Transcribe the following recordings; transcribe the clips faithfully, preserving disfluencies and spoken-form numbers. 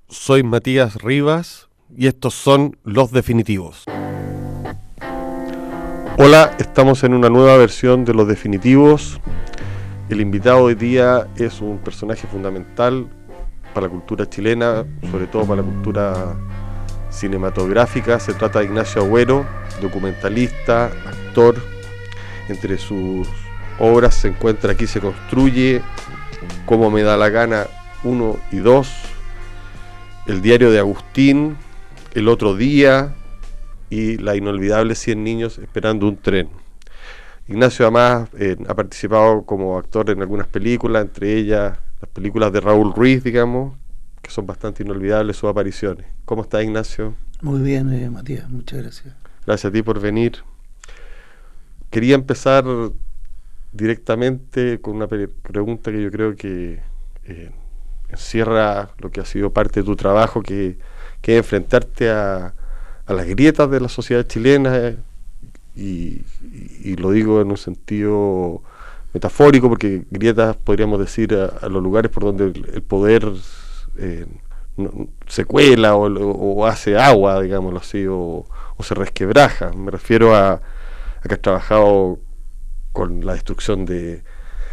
Soy Matías Rivas y estos son Los Definitivos. Hola, estamos en una nueva versión de Los Definitivos. El invitado hoy día es un personaje fundamental para la cultura chilena, sobre todo para la cultura cinematográfica. Se trata de Ignacio Agüero, documentalista, actor. Entre sus obras se encuentra Aquí se construye, Como me da la gana uno y dos, El diario de Agustín, El otro día y la inolvidable Cien niños esperando un tren. Ignacio además eh, ha participado como actor en algunas películas, entre ellas las películas de Raúl Ruiz, digamos, que son bastante inolvidables sus apariciones. ¿Cómo está, Ignacio? Muy bien, eh, Matías, muchas gracias. Gracias a ti por venir. Quería empezar directamente con una pre- pregunta que yo creo que eh, encierra lo que ha sido parte de tu trabajo, que, que es enfrentarte a, a las grietas de la sociedad chilena, eh, y, y, y lo digo en un sentido metafórico, porque grietas podríamos decir a, a los lugares por donde el, el poder eh, no, se cuela o, o hace agua, digámoslo así, o, o se resquebraja. Me refiero a, a que has trabajado con la destrucción de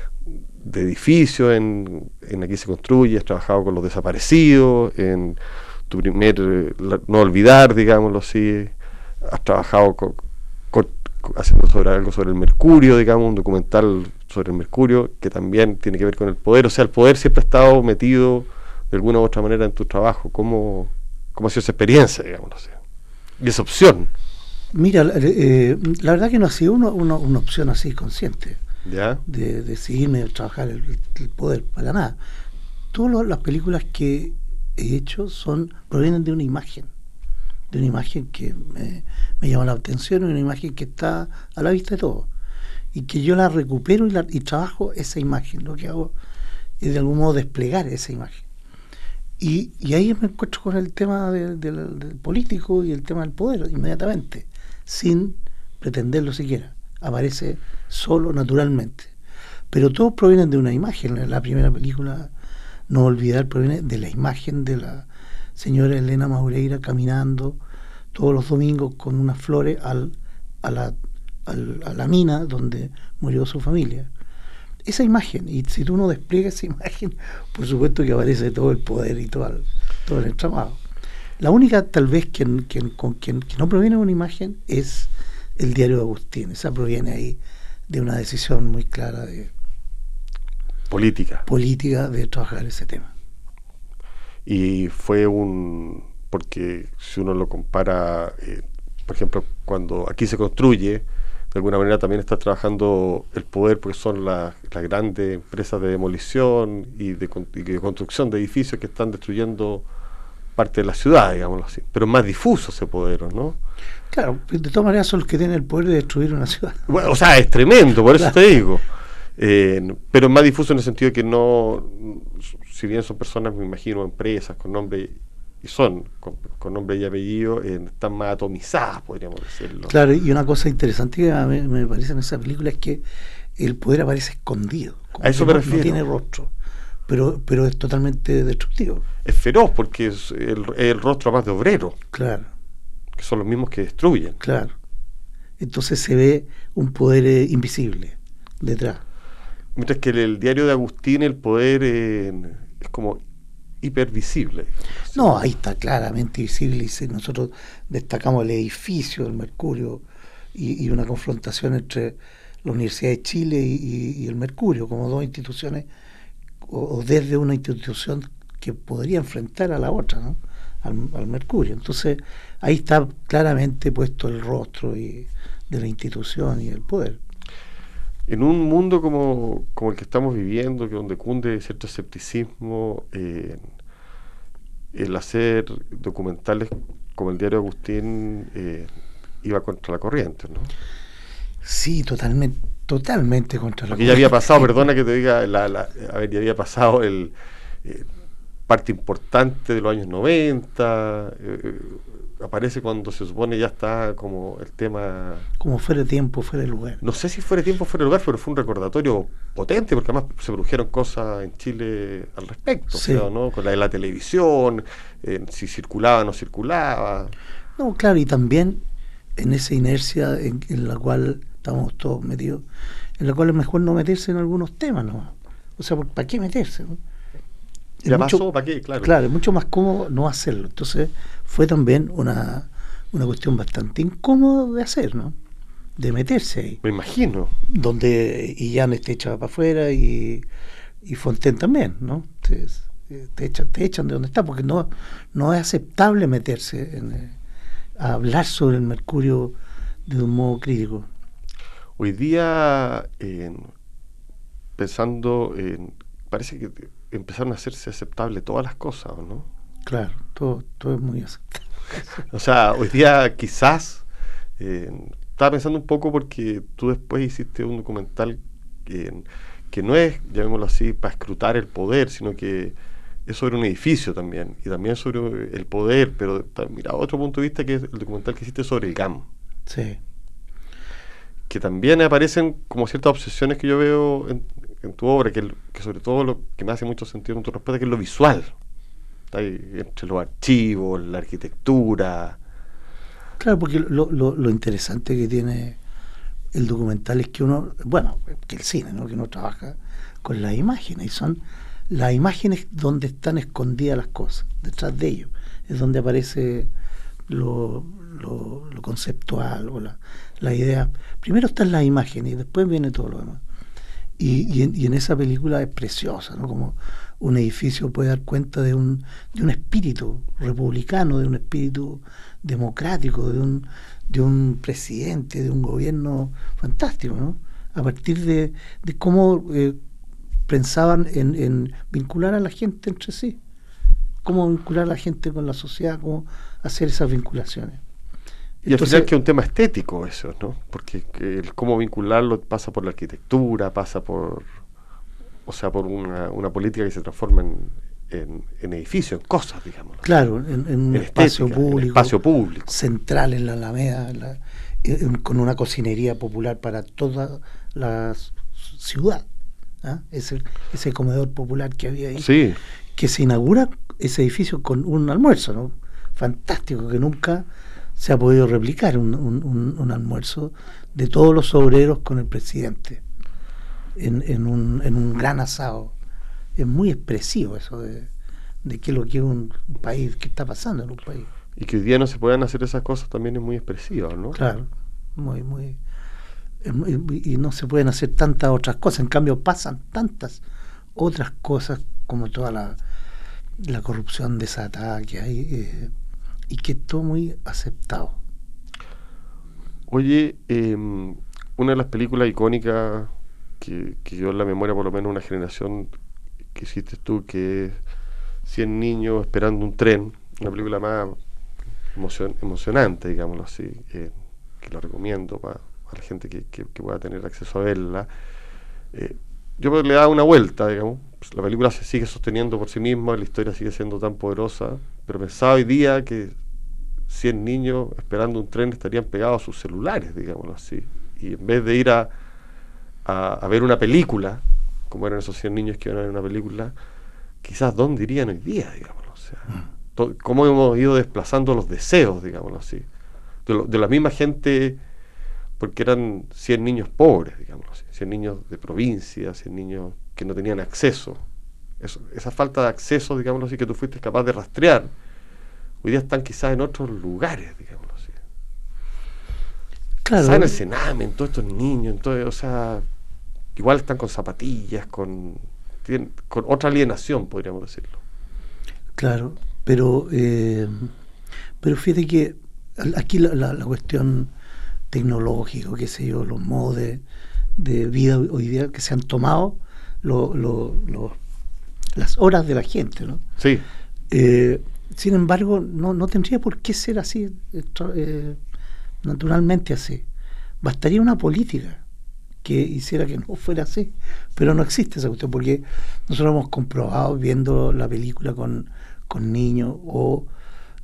de edificios en, en Aquí se construye, has trabajado con los desaparecidos, en tu primer la, No olvidar, digámoslo así, has trabajado con, con, haciendo sobre algo sobre el mercurio, digamos, un documental sobre el mercurio, que también tiene que ver con el poder. O sea, el poder siempre ha estado metido de alguna u otra manera en tu trabajo. ¿Cómo, cómo ha sido esa experiencia, digámoslo así? Y esa opción. Mira, eh, la verdad que no ha sido una, una, una opción así consciente. ¿Ya? De decidirme a trabajar el, el poder, para nada. Todas las películas que he hecho son provienen de una imagen, de una imagen que me, me llama la atención, una imagen que está a la vista de todos, y que yo la recupero y, la, y trabajo esa imagen. Lo que hago es de algún modo desplegar esa imagen. Y, y ahí me encuentro con el tema de, de, del político y el tema del poder inmediatamente, sin pretenderlo siquiera. Aparece solo, naturalmente. Pero todos provienen de una imagen. La primera película, No olvidar, proviene de la imagen de la señora Elena Maureira caminando todos los domingos con unas flores al, a, la, al, a la mina donde murió su familia. Esa imagen, y si tú no despliegas esa imagen, por supuesto que aparece todo el poder y todo el, todo el entramado. La única, tal vez, que, que, con, que, que no proviene de una imagen es El diario de Agustín. Esa proviene ahí de una decisión muy clara de política política de trabajar ese tema. Y fue un, porque si uno lo compara, eh, por ejemplo, cuando Aquí se construye, de alguna manera también está trabajando el poder, porque son las, las grandes empresas de demolición y de, y de construcción de edificios que están destruyendo parte de la ciudad, digámoslo así. Pero es más difuso ese poder, ¿no? Claro, de todas maneras son los que tienen el poder de destruir una ciudad. Bueno, o sea, es tremendo, por eso Claro. te digo. Eh, pero es más difuso en el sentido de que no, si bien son personas, me imagino, empresas con nombre, y son, con, con nombre y apellido, eh, están más atomizadas, podríamos decirlo. Claro, y una cosa interesante que a mí me parece en esa película es que el poder aparece escondido. A eso me no, refiero. No tiene rostro, pero, pero es totalmente destructivo. Es feroz porque es el, el rostro más de obrero. Claro. Que son los mismos que destruyen. Claro. Entonces se ve un poder eh, invisible detrás. Mientras que en el diario de Agustín el poder eh, es como hipervisible. No, ahí está claramente visible, y si nosotros destacamos el edificio, el Mercurio, y, y una confrontación entre la Universidad de Chile y, y, y el Mercurio, como dos instituciones, o, o desde una institución que podría enfrentar a la otra, ¿no? al, al Mercurio. Entonces ahí está claramente puesto el rostro y, de la institución y el poder. En un mundo como, como el que estamos viviendo, que donde cunde cierto escepticismo, eh, el hacer documentales como el diario de Agustín eh, iba contra la corriente, ¿no? Sí, totalmente, totalmente contra la Porque ya había pasado, perdona que te diga, la, la, a ver, ya había pasado el eh, parte importante de los años noventa, eh, aparece cuando se supone ya está como el tema... Como fuera de tiempo, fuera de lugar. No sé si fuera de tiempo, fuera de lugar, pero fue un recordatorio potente, porque además se produjeron cosas en Chile al respecto, Sí. o sea, ¿no? Con la de la televisión, eh, si circulaba o no circulaba. No, claro, y también en esa inercia en, en la cual estamos todos metidos, en la cual es mejor no meterse en algunos temas, ¿no? O sea, ¿para qué meterse? ¿No? Es ¿Ya mucho, pasó? ¿Para qué? Claro. Claro, es mucho más cómodo no hacerlo. Entonces, fue también una, una cuestión bastante incómoda de hacer, ¿no? De meterse ahí. Me imagino. Donde Illanes te echaba para afuera y, y Fontaine también, ¿no? Te, te, echan, te echan de donde está, porque no, no es aceptable meterse en, eh, a hablar sobre el mercurio de un modo crítico. Hoy día, eh, pensando en... Parece que empezaron a hacerse aceptables todas las cosas, ¿no? Claro, todo, todo es muy aceptable. O sea, hoy día quizás... Eh, estaba pensando un poco porque tú después hiciste un documental que, que no es, llamémoslo así, para escrutar el poder, sino que es sobre un edificio también, y también sobre el poder, pero mira, otro punto de vista, que es el documental que hiciste sobre el G A M. Sí. Que también aparecen como ciertas obsesiones que yo veo en, en tu obra, que, el, que sobre todo lo que me hace mucho sentido en tu respuesta, que es lo visual. Está ahí, entre los archivos, la arquitectura. Claro, porque lo, lo, lo interesante que tiene el documental es que uno, bueno, que el cine, ¿no? Que uno trabaja con las imágenes, y son las imágenes donde están escondidas las cosas, detrás de ellos, es donde aparece lo, lo, lo conceptual o la, la idea. Primero están las imágenes y después viene todo lo demás. Y, y, en, y en esa película es preciosa, ¿no? Como un edificio puede dar cuenta de un, de un espíritu republicano, de un espíritu democrático, de un, de un presidente, de un gobierno fantástico, ¿no? A partir de, de cómo eh, pensaban en, en vincular a la gente entre sí, cómo vincular a la gente con la sociedad, cómo hacer esas vinculaciones. Y al final que es un tema estético eso, ¿no? Porque el cómo vincularlo pasa por la arquitectura, pasa por, o sea, por una, una política que se transforma en, en, en edificios, en cosas, digamos. Claro, en, en un en espacio estética, público, en espacio público, central en la Alameda, en la, en, con una cocinería popular para toda la ciudad, ¿eh? ese, ese comedor popular que había ahí, sí, que se inaugura ese edificio con un almuerzo, ¿no? Fantástico, que nunca se ha podido replicar un, un, un, un almuerzo de todos los obreros con el presidente en, en, un, en un gran asado. Es muy expresivo eso de, de qué es lo que es un, un país, qué está pasando en un país. Y que hoy día no se puedan hacer esas cosas también es muy expresivo, ¿no? Claro, muy, muy, muy... Y no se pueden hacer tantas otras cosas, en cambio pasan tantas otras cosas como toda la, la corrupción desatada que hay, eh, y que es todo muy aceptado. Oye, eh, una de las películas icónicas que, que yo en la memoria, por lo menos una generación que hiciste tú, que es cien niños esperando un tren, una película más emocion, emocionante, digámoslo así, eh, que lo recomiendo para la gente que, que, que pueda tener acceso a verla. Eh, yo le daba una vuelta, digamos, pues la película se sigue sosteniendo por sí misma, la historia sigue siendo tan poderosa, pero pensaba hoy día que cien niños esperando un tren estarían pegados a sus celulares, digámoslo así, y en vez de ir a, a, a ver una película, como eran esos cien niños que iban a ver una película, quizás dónde irían hoy día, digámoslo, o sea, to, cómo hemos ido desplazando los deseos, digámoslo así, de, lo, de la misma gente, porque eran cien niños pobres, digámoslo así, cien niños de provincia, cien niños que no tenían acceso. Eso, esa falta de acceso, digámoslo así, que tú fuiste capaz de rastrear, hoy día están quizás en otros lugares, digámoslo así. Claro. Quizás en el Senamen, todos estos niños, entonces, o sea, igual están con zapatillas, con, tienen, con otra alienación, podríamos decirlo. Claro, pero eh, pero fíjate que aquí la, la, la cuestión tecnológica, qué sé yo, los modos de, de vida hoy día que se han tomado, lo, lo, lo, las horas de la gente, ¿no? Sí. Eh, sin embargo, no, no tendría por qué ser así, eh, naturalmente así. Bastaría una política que hiciera que no fuera así, pero no existe esa cuestión, porque nosotros hemos comprobado viendo la película con, con niños o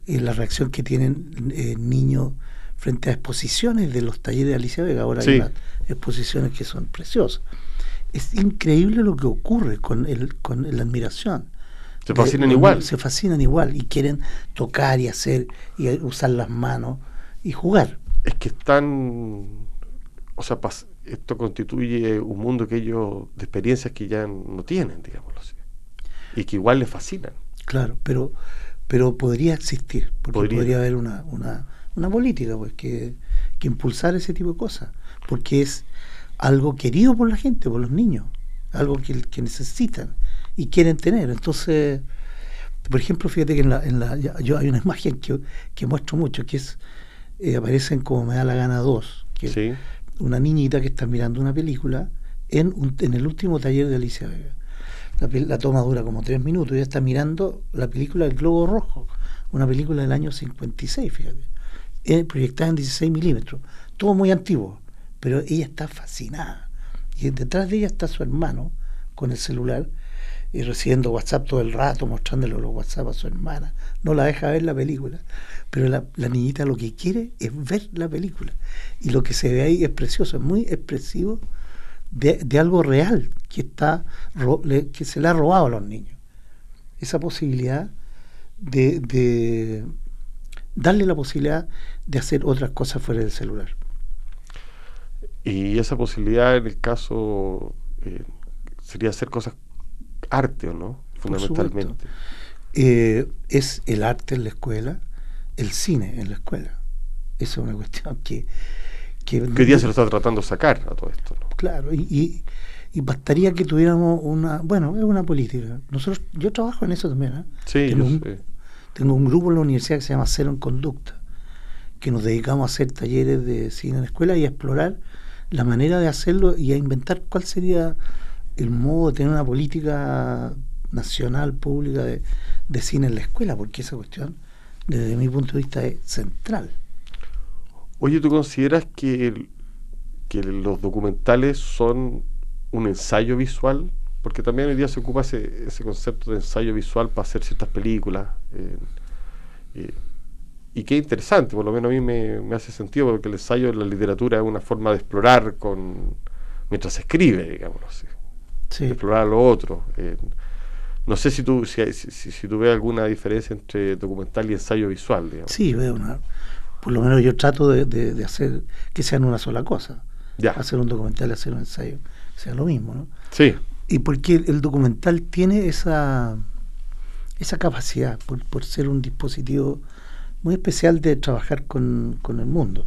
eh, la reacción que tienen eh, niños frente a exposiciones de los talleres de Alicia Vega. Ahora sí. Hay unas exposiciones que son preciosas. Es increíble lo que ocurre con el con la admiración. Se fascinan de, igual. Se fascinan igual y quieren tocar y hacer y usar las manos y jugar. Es que están, o sea, pas, esto constituye un mundo que ellos, de experiencias que ya no tienen, digámoslo así, y que igual les fascinan. Claro, pero pero podría existir, porque podría, podría haber una, una, una política pues que, que impulsar ese tipo de cosas, porque es algo querido por la gente, por los niños, algo que, que necesitan y quieren tener. Entonces, por ejemplo, fíjate que en la, en la yo hay una imagen que, que muestro mucho, que es eh, aparecen como Me da la gana dos, que sí. es una niñita que está mirando una película en, un, en el último taller de Alicia Vega. La, la toma dura como tres minutos y ella está mirando la película El Globo Rojo, una película del año cincuenta y seis, fíjate, eh, proyectada en dieciséis milímetros, todo muy antiguo, pero ella está fascinada y detrás de ella está su hermano con el celular y recibiendo WhatsApp todo el rato, mostrándole los WhatsApp a su hermana. No la deja ver la película, pero la, la niñita lo que quiere es ver la película y lo que se ve ahí es precioso, es muy expresivo de, de algo real que está que se le ha robado a los niños, esa posibilidad de, de darle la posibilidad de hacer otras cosas fuera del celular. Y esa posibilidad en el caso eh, sería hacer cosas, arte o no, fundamentalmente. Eh, es el arte en la escuela, el cine en la escuela. Esa es una cuestión que que hoy día se lo está tratando de sacar a todo esto, ¿no? Claro, y, y, y bastaría que tuviéramos una, bueno, es una política. Nosotros, yo trabajo en eso también, ¿eh? Sí, tengo, yo un, sé. tengo un grupo en la universidad que se llama Cero en Conducta, que nos dedicamos a hacer talleres de cine en la escuela y a explorar la manera de hacerlo y a inventar cuál sería el modo de tener una política nacional, pública de, de cine en la escuela, porque esa cuestión, desde mi punto de vista, es central. Oye, ¿tú consideras que, el, que los documentales son un ensayo visual? Porque también hoy día se ocupa ese, ese concepto de ensayo visual para hacer ciertas películas. Eh, eh, y qué interesante, por lo menos a mí me, me hace sentido, porque el ensayo en la literatura es una forma de explorar con mientras se escribe, digámoslo así. Sí. De explorar lo otro. Eh, no sé si tú si, hay, si, si tú ves alguna diferencia entre documental y ensayo visual, digamos. Sí, veo una... Por lo menos yo trato de, de, de hacer que sean una sola cosa. Ya. Hacer un documental y hacer un ensayo sea lo mismo, ¿no? Sí. Y porque el, el documental tiene esa esa capacidad, por, por ser un dispositivo muy especial de trabajar con, con el mundo,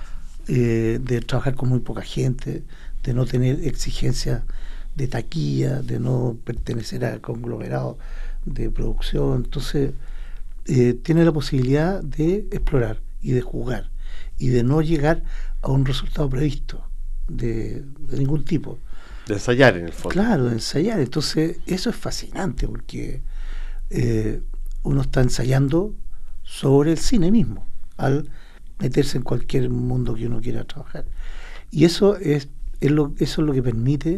eh, de trabajar con muy poca gente, de no tener exigencias de taquilla, de no pertenecer a conglomerados de producción. Entonces, eh, tiene la posibilidad de explorar y de jugar y de no llegar a un resultado previsto de, de ningún tipo. De ensayar, en el fondo. Claro, de ensayar. Entonces, eso es fascinante porque eh, uno está ensayando sobre el cine mismo al meterse en cualquier mundo que uno quiera trabajar. Y eso es, es lo, eso es lo que permite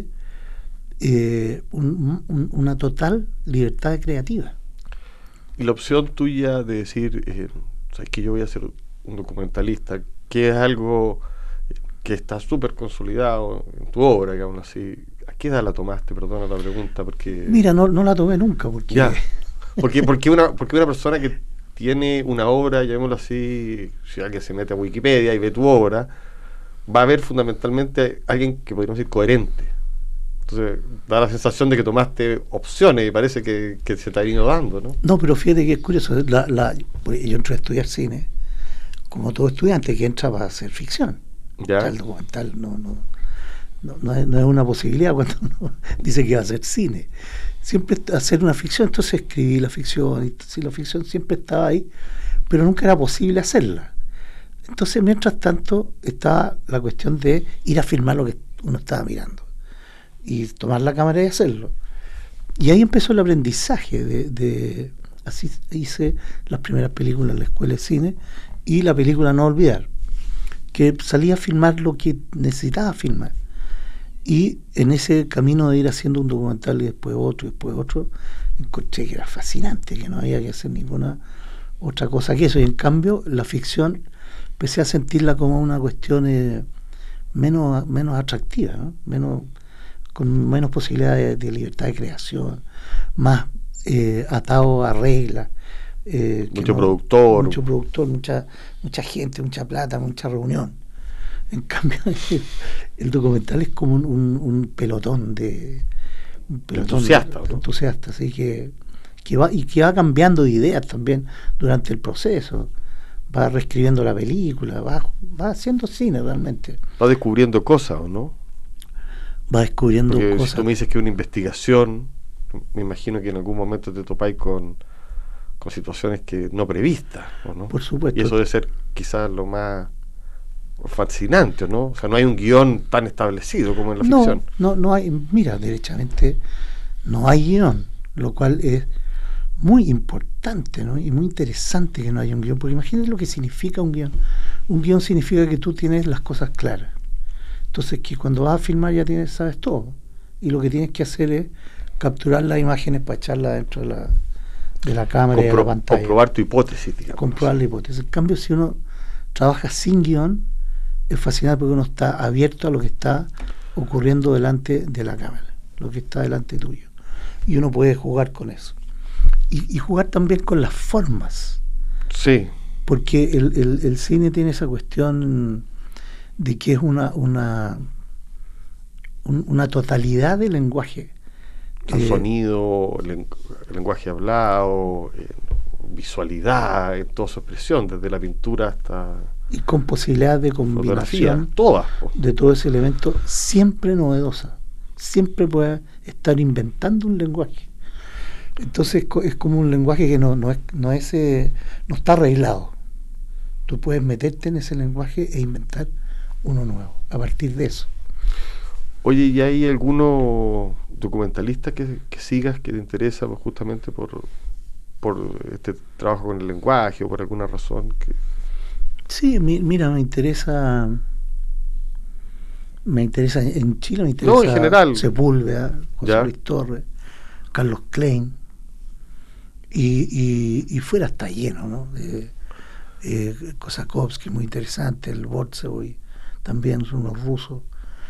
eh, un, un, una total libertad creativa. Y la opción tuya de decir, eh, ¿sabes que yo voy a ser un documentalista, que es algo que está súper consolidado en tu obra, digamos así? ¿A qué edad la tomaste? Perdona la pregunta, porque... Mira, no, no la tomé nunca, porque... Ya. Porque, porque, una, porque una persona que tiene una obra, llamémoslo así, si alguien se mete a Wikipedia y ve tu obra, va a ver fundamentalmente a alguien que podríamos decir coherente. Entonces, da la sensación de que tomaste opciones y parece que, que se te ha ido dando, ¿no? No, pero fíjate que es curioso. La, la, yo entré a estudiar cine, como todo estudiante que entra para hacer ficción. Ya. O sea, el documental no, no, no, no, es, no es una posibilidad cuando uno dice que va a hacer cine. Siempre hacer una ficción, entonces escribí la ficción, y si la ficción siempre estaba ahí, pero nunca era posible hacerla. Entonces, mientras tanto, estaba la cuestión de ir a filmar lo que uno estaba mirando y tomar la cámara y hacerlo. Y ahí empezó el aprendizaje de, de así hice las primeras películas en la escuela de cine y la película No Olvidar, que salía a filmar lo que necesitaba filmar. Y en ese camino de ir haciendo un documental y después otro y después otro, encontré que era fascinante, que no había que hacer ninguna otra cosa que eso. Y en cambio, la ficción empecé a sentirla como una cuestión eh, menos, menos atractiva, ¿no? Menos, con menos posibilidades de, de libertad de creación, más eh, atado a reglas. Eh, mucho no, productor. Mucho productor, mucha, mucha gente, mucha plata, mucha reunión. En cambio, el, el documental es como un, un, un pelotón de... Un pelotón entusiasta, de, ¿no? entusiasta, así que, que va, y que va cambiando de ideas también durante el proceso. Va reescribiendo la película, va, va haciendo cine realmente. Va descubriendo cosas, ¿o no? Va descubriendo Porque cosas. si tú me dices que una investigación, me imagino que en algún momento te topáis con, con situaciones que no previstas, ¿o no? Por supuesto. Y eso debe ser quizás lo más fascinante, ¿no? O sea, no hay un guión tan establecido como en la no, ficción. No, no hay, mira, derechamente no hay guión, lo cual es muy importante, ¿no? Y muy interesante que no haya un guión, porque imagínate lo que significa un guión. Un guión significa que tú tienes las cosas claras. Entonces, que cuando vas a filmar ya tienes, sabes todo. Y lo que tienes que hacer es capturar las imágenes para echarlas dentro de la, de la cámara Compro, y de la pantalla. Comprobar tu hipótesis, digamos. Comprobar la hipótesis. En cambio, si uno trabaja sin guión, es fascinante porque uno está abierto a lo que está ocurriendo delante de la cámara, lo que está delante tuyo. Y uno puede jugar con eso. Y, y jugar también con las formas. Sí. Porque el, el, el cine tiene esa cuestión de que es una una, un, una totalidad de lenguaje. El eh, sonido, el, el lenguaje hablado, eh, visualidad, en toda su expresión, desde la pintura hasta... Y con posibilidad de combinación todas, de todo ese elemento, siempre novedosa. Siempre puede estar inventando un lenguaje. Entonces es como un lenguaje que no, no, es, no, es, eh, no está arreglado. Tú puedes meterte en ese lenguaje e inventar uno nuevo a partir de eso. Oye, ¿y hay algunos documentalistas que, que sigas que te interesa pues, justamente por, por este trabajo con el lenguaje o por alguna razón? Que... Sí, mi, mira, me interesa... Me interesa en Chile, me interesa no, en general. Sepúlveda, José Luis Torres, Carlos Klein. Y, y, y fuera está lleno, ¿no? De, eh, Kosakovsky, muy interesante, el Bortsevoy, también son unos rusos.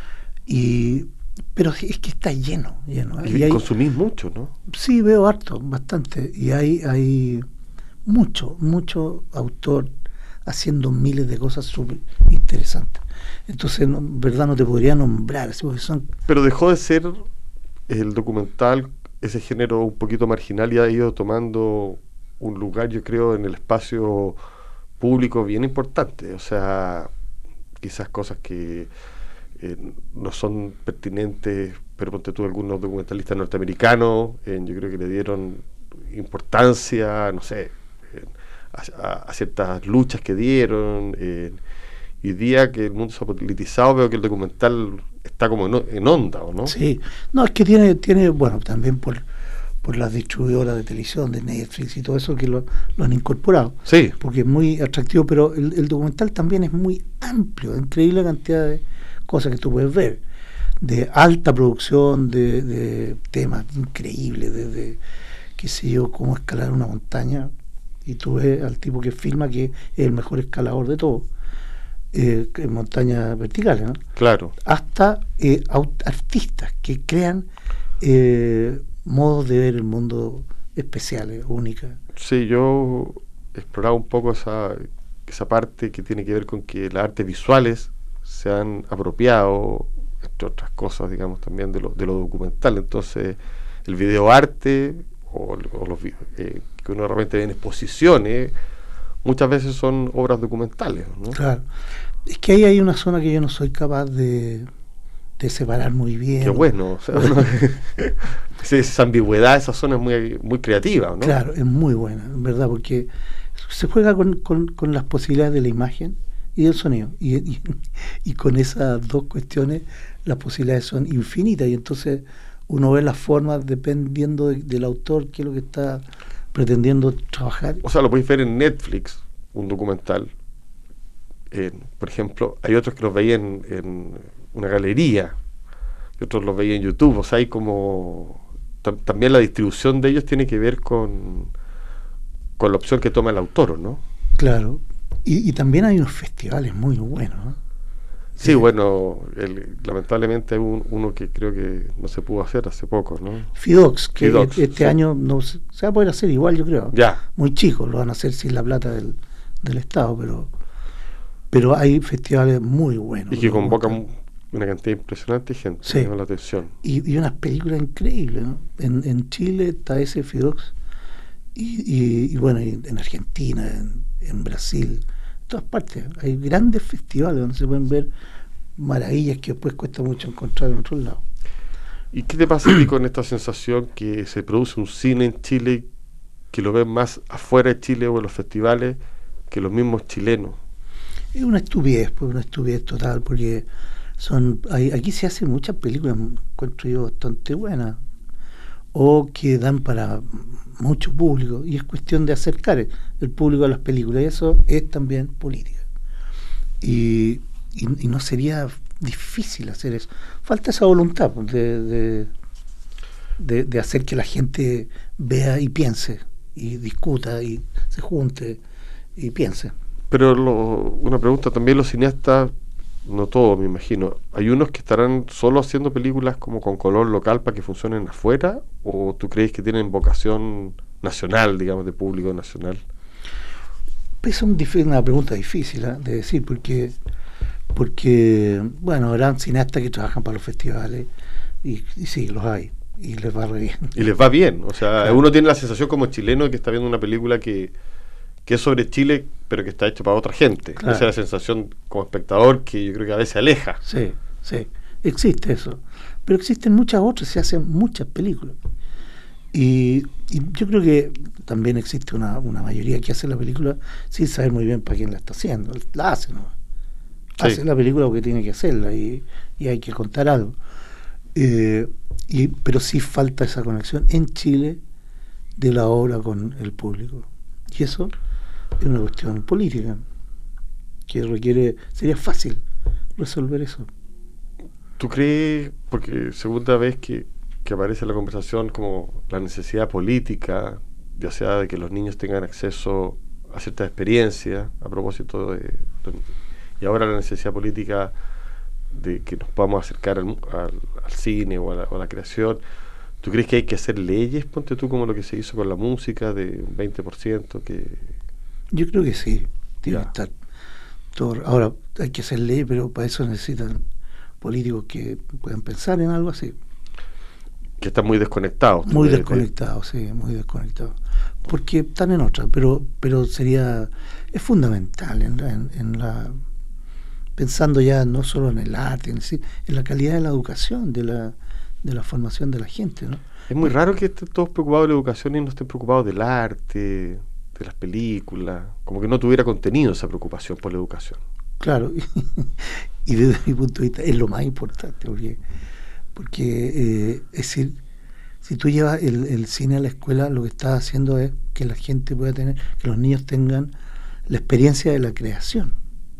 Y, pero es que está lleno, lleno. Y, y hay, consumís mucho, ¿no? Sí, veo harto, bastante. Y hay, hay mucho, mucho autor haciendo miles de cosas súper interesantes. Entonces, no, en verdad no te podría nombrar. Porque son... Pero dejó de ser el documental ese género un poquito marginal y ha ido tomando un lugar, yo creo, en el espacio público bien importante. O sea, quizás cosas que eh, no son pertinentes, pero ponte tú algunos documentalistas norteamericanos, eh, yo creo que le dieron importancia, no sé, eh, a, a, a ciertas luchas que dieron. Eh, y día que el mundo se ha politizado, veo que el documental está como en, en onda, ¿o no? Sí, no, es que tiene, tiene bueno, también por, por las distribuidoras de televisión, de Netflix y todo eso que lo, lo han incorporado. Sí. Porque es muy atractivo, pero el, el documental también es muy amplio, increíble cantidad de cosas que tú puedes ver, de alta producción, de, de temas increíbles, desde, qué sé yo, cómo escalar una montaña, y tú ves al tipo que filma que es el mejor escalador de todo. Eh, en montañas verticales, ¿no? Claro. Hasta eh, artistas que crean eh, modos de ver el mundo especiales, únicas. Sí, yo he explorado un poco esa, esa parte que tiene que ver con que las artes visuales se han apropiado, entre otras cosas, digamos, también de lo, de lo documental. Entonces, el videoarte o, o los eh, que uno realmente ve en exposiciones, muchas veces son obras documentales, ¿no? Claro. Es que ahí hay una zona que yo no soy capaz de, de separar muy bien. Qué bueno. O sea, uno, esa ambigüedad, esa zona es muy, muy creativa, ¿no? Claro, es muy buena, en verdad, porque se juega con, con, con las posibilidades de la imagen y del sonido. Y, y, y con esas dos cuestiones las posibilidades son infinitas. Y entonces uno ve las formas dependiendo de, del autor, qué es lo que está pretendiendo trabajar. O sea, lo podéis ver en Netflix, un documental. Eh, por ejemplo, hay otros que los veía en, en una galería, y otros los veía en YouTube. O sea, hay como... Tam, también la distribución de ellos tiene que ver con con la opción que toma el autor, ¿no? Claro. Y, y también hay unos festivales muy buenos, ¿no? Sí, eh, bueno, el, lamentablemente hay un, uno que creo que no se pudo hacer hace poco, ¿no? Fidox, que Fidox, este sí. año no se, se va a poder hacer igual, yo creo. Ya. Muy chico, lo van a hacer sin la plata del, del Estado, pero pero hay festivales muy buenos. Y que convocan una cantidad impresionante de gente, sí. llama la atención. Y, y unas películas increíbles, ¿no? En, en Chile está ese Fidox, y, y, y bueno, y en Argentina, en, en Brasil, en todas partes. Hay grandes festivales donde se pueden ver maravillas que después cuesta mucho encontrar en otros lados. ¿Y qué te pasa a ti con esta sensación que se produce un cine en Chile que lo ven más afuera de Chile o en los festivales que los mismos chilenos? Es una estupidez, pues una estupidez total, porque son hay, aquí se hacen muchas películas, encuentro yo, bastante buenas, o que dan para mucho público, y es cuestión de acercar el público a las películas, y eso es también política. Y, y, y no sería difícil hacer eso. Falta esa voluntad de, de, de, de hacer que la gente vea y piense, y discuta, y se junte, y piense. Pero lo, una pregunta, también los cineastas, no todos me imagino, ¿hay unos que estarán solo haciendo películas como con color local para que funcionen afuera? ¿O tú crees que tienen vocación nacional, digamos, de público nacional? Es un, una pregunta difícil, ¿eh? de decir, porque, porque bueno, habrán cineastas que trabajan para los festivales, y, y sí, los hay, y les va re bien. Y les va bien, o sea, claro. Uno tiene la sensación como chileno que está viendo una película que... que es sobre Chile, pero que está hecho para otra gente. Claro. Esa es la sensación como espectador que yo creo que a veces aleja. Sí, sí, existe eso. Pero existen muchas otras, se hacen muchas películas. Y, y yo creo que también existe una, una mayoría que hace la película sin saber muy bien para quién la está haciendo. La hace, ¿no? Sí. Hace la película porque tiene que hacerla y, y hay que contar algo. Eh, y, pero sí falta esa conexión en Chile de la obra con el público. Y eso es una cuestión política que requiere, sería fácil resolver eso. ¿Tú crees, porque segunda vez que, que aparece en la conversación como la necesidad política, ya sea de que los niños tengan acceso a cierta experiencia, a propósito de, de y ahora la necesidad política de que nos podamos acercar al, al, al cine o a, la, o a la creación? ¿Tú crees que hay que hacer leyes, ponte tú, como lo que se hizo con la música de un veinte por ciento? Que... Yo creo que sí, tiene que estar todo. Ahora, hay que hacer leyes, pero para eso necesitan políticos que puedan pensar en algo así. Que están muy desconectados. Muy de, desconectados, de... sí, muy desconectados. Porque están en otra, pero pero sería, es fundamental en la, en, en la pensando ya no solo en el arte, en, en la calidad de la educación, de la de la formación de la gente, ¿no? Es muy raro que estén todos preocupados de la educación y no estén preocupados del arte, de las películas, como que no tuviera contenido esa preocupación por la educación. Claro, y desde mi punto de vista es lo más importante, porque porque eh, es decir, si tú llevas el, el cine a la escuela, lo que estás haciendo es que la gente pueda tener, que los niños tengan la experiencia de la creación.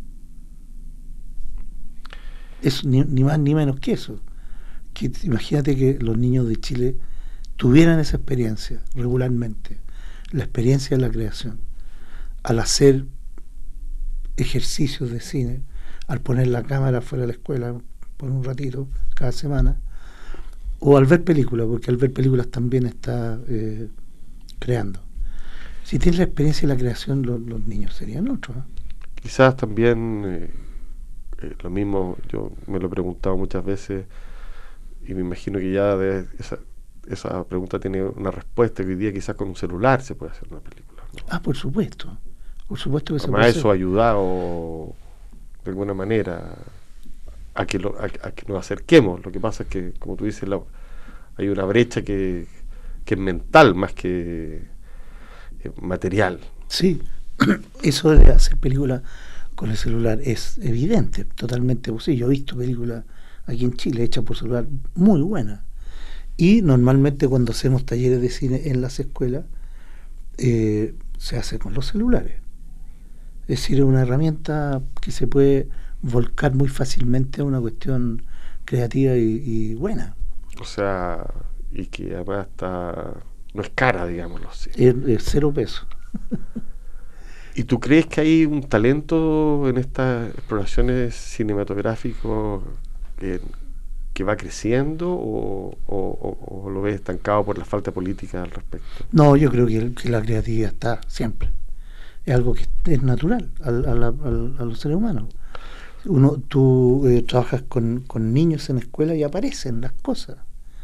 Es ni, ni más ni menos que eso. Que imagínate que los niños de Chile tuvieran esa experiencia regularmente, la experiencia de la creación, al hacer ejercicios de cine, al poner la cámara fuera de la escuela por un ratito cada semana, o al ver películas, porque al ver películas también está eh, creando. Si tienes la experiencia de la creación, lo, los niños serían otros, ¿eh? Quizás también eh, eh, lo mismo, yo me lo he preguntado muchas veces, y me imagino que ya de esa, esa pregunta tiene una respuesta, que hoy día quizás con un celular se puede hacer una película, ¿no? Ah, por supuesto, por supuesto que se Además, puede eso ha hacer. ayudado de alguna manera a que, lo, a, a que nos acerquemos. Lo que pasa es que, como tú dices, la, hay una brecha que, que es mental más que eh, material. Sí, eso de hacer películas con el celular es evidente, totalmente posible. Yo he visto películas aquí en Chile hechas por celular muy buenas. Y normalmente cuando hacemos talleres de cine en las escuelas, eh, se hace con los celulares. Es decir, es una herramienta que se puede volcar muy fácilmente a una cuestión creativa y, y buena. O sea, y que además está, no es cara, digámoslo así. Es, es cero peso. ¿Y tú crees que hay un talento en estas exploraciones cinematográficas que, que va creciendo o, o, o, o lo ves estancado por la falta de política al respecto? No, yo creo que, que la creatividad está siempre. Es algo que es natural al, al, al, a los seres humanos. Uno, tú eh, trabajas con, con niños en escuela y aparecen las cosas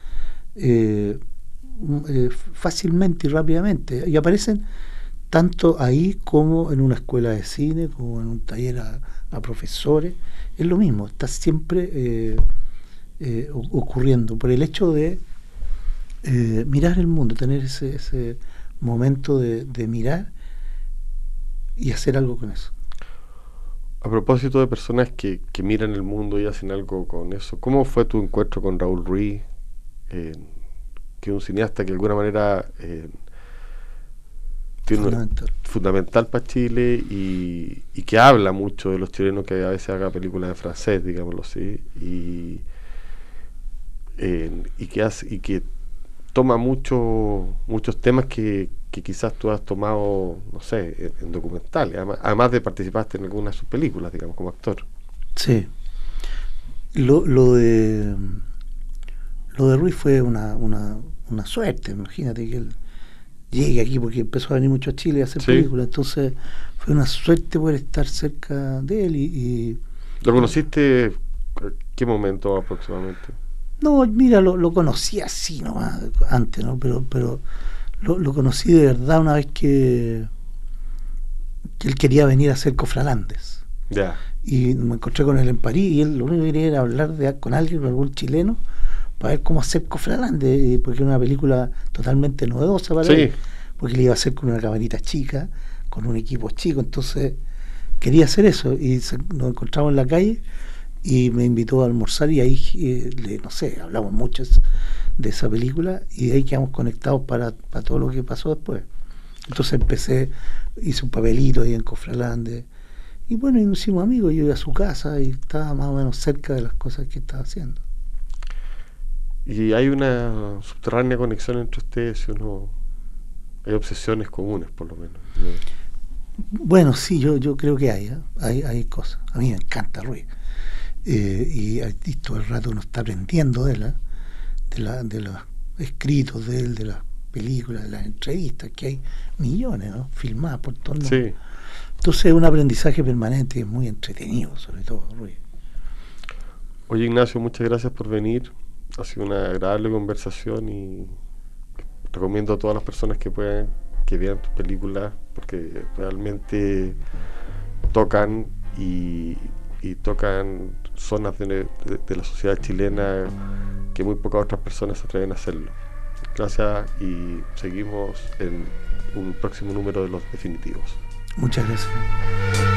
eh, eh, fácilmente y rápidamente. Y aparecen tanto ahí como en una escuela de cine, como en un taller a, a profesores. Es lo mismo, está siempre eh, eh, ocurriendo por el hecho de eh, mirar el mundo, tener ese, ese momento de, de mirar y hacer algo con eso. A propósito de personas que, que miran el mundo y hacen algo con eso, ¿cómo fue tu encuentro con Raúl Ruiz, eh, que es un cineasta que de alguna manera eh, tiene Fundamental. Una, fundamental para Chile y, y que habla mucho de los chilenos, que a veces haga películas en francés, digámoslo así, y, eh, y, que, hace, y que toma mucho, muchos temas que, que quizás tú has tomado, no sé, en, en documentales, además, además de participaste en algunas de sus películas, digamos, como actor. Sí. Lo, lo de lo de Ruiz fue una, una, una suerte, imagínate que él llegue aquí porque empezó a venir mucho a Chile a hacer sí. películas, entonces fue una suerte poder estar cerca de él y, y ¿Lo conociste en qué momento aproximadamente? No, mira, lo, lo conocí así nomás antes, ¿no? Pero, pero lo, lo conocí de verdad una vez que, que él quería venir a hacer Cofralandes. Ya. Yeah. Y me encontré con él en París y él lo único que quería era hablar de, con alguien, con algún chileno, para ver cómo hacer Cofralandes, porque era una película totalmente novedosa para sí. él, porque le iba a hacer con una camarita chica, con un equipo chico, entonces quería hacer eso y se, nos encontramos en la calle y me invitó a almorzar y ahí, eh, le, no sé, hablamos mucho de esa película y de ahí quedamos conectados para, para todo lo que pasó después. Entonces empecé, hice un papelito ahí en Cofralandes y bueno, y nos hicimos amigos, yo iba a su casa y estaba más o menos cerca de las cosas que estaba haciendo. Y hay una subterránea conexión entre ustedes, uno, hay obsesiones comunes por lo menos, ¿no? Bueno, sí, yo, yo creo que hay, ¿eh? hay, hay cosas. A mí me encanta Ruiz. Eh, y, y todo el rato uno está aprendiendo de la, de la, de los escritos de él, de las películas, de las entrevistas, que hay millones, ¿no? Filmadas por todo el mundo. Sí. Entonces es un aprendizaje permanente y es muy entretenido, sobre todo, Ruiz. Oye, Ignacio, muchas gracias por venir. Ha sido una agradable conversación y recomiendo a todas las personas que puedan que vean tus películas porque realmente tocan y y tocan zonas de, de, de la sociedad chilena que muy pocas otras personas se atreven a hacerlo. Gracias y seguimos en un próximo número de Los Definitivos. Muchas gracias.